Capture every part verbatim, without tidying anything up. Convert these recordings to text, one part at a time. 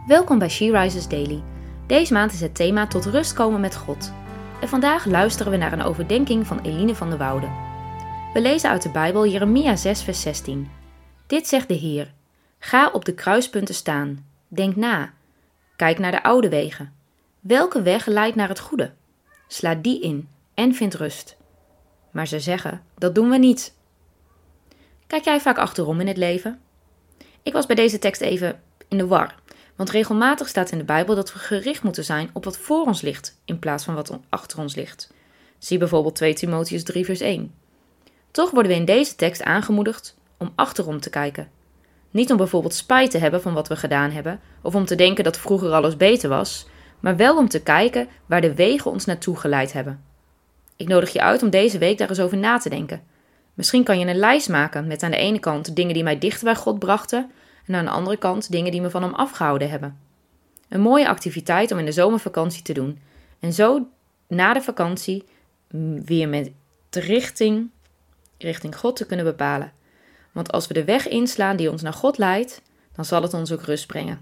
Welkom bij She Rises Daily. Deze maand is het thema tot rust komen met God. En vandaag luisteren we naar een overdenking van Eline van der Woude. We lezen uit de Bijbel Jeremia zes vers zestien. Dit zegt de Heer: Ga op de kruispunten staan. Denk na. Kijk naar de oude wegen. Welke weg leidt naar het goede? Sla die in en vind rust. Maar ze zeggen, dat doen we niet. Kijk jij vaak achterom in het leven? Ik was bij deze tekst even in de war. Want regelmatig staat in de Bijbel dat we gericht moeten zijn op wat voor ons ligt, in plaats van wat achter ons ligt. Zie bijvoorbeeld twee Timotheüs drie vers één. Toch worden we in deze tekst aangemoedigd om achterom te kijken. Niet om bijvoorbeeld spijt te hebben van wat we gedaan hebben, of om te denken dat vroeger alles beter was, maar wel om te kijken waar de wegen ons naartoe geleid hebben. Ik nodig je uit om deze week daar eens over na te denken. Misschien kan je een lijst maken met aan de ene kant dingen die mij dichter bij God brachten, en aan de andere kant dingen die me van hem afgehouden hebben. Een mooie activiteit om in de zomervakantie te doen. En zo na de vakantie weer met de richting, richting God te kunnen bepalen. Want als we de weg inslaan die ons naar God leidt, dan zal het ons ook rust brengen.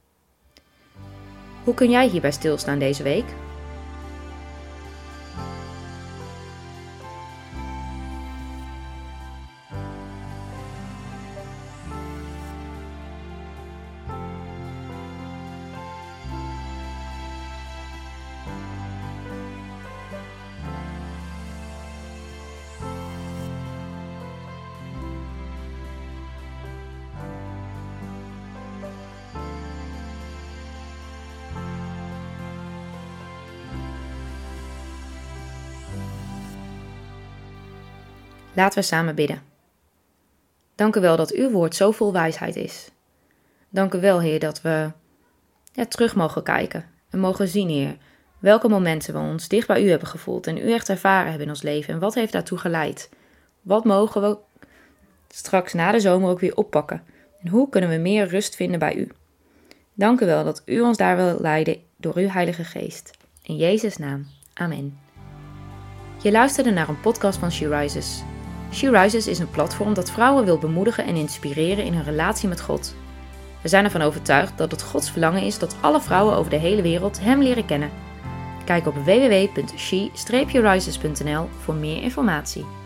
Hoe kun jij hierbij stilstaan deze week? Laten we samen bidden. Dank u wel dat uw woord zo vol wijsheid is. Dank u wel, Heer, dat we ja, terug mogen kijken en mogen zien, Heer, welke momenten we ons dicht bij u hebben gevoeld en u echt ervaren hebben in ons leven en wat heeft daartoe geleid. Wat mogen we straks na de zomer ook weer oppakken en hoe kunnen we meer rust vinden bij u. Dank u wel dat u ons daar wil leiden door uw Heilige Geest. In Jezus' naam. Amen. Je luisterde naar een podcast van She Rises. She Rises is een platform dat vrouwen wil bemoedigen en inspireren in hun relatie met God. We zijn ervan overtuigd dat het Gods verlangen is dat alle vrouwen over de hele wereld Hem leren kennen. Kijk op w w w punt she rises punt n l voor meer informatie.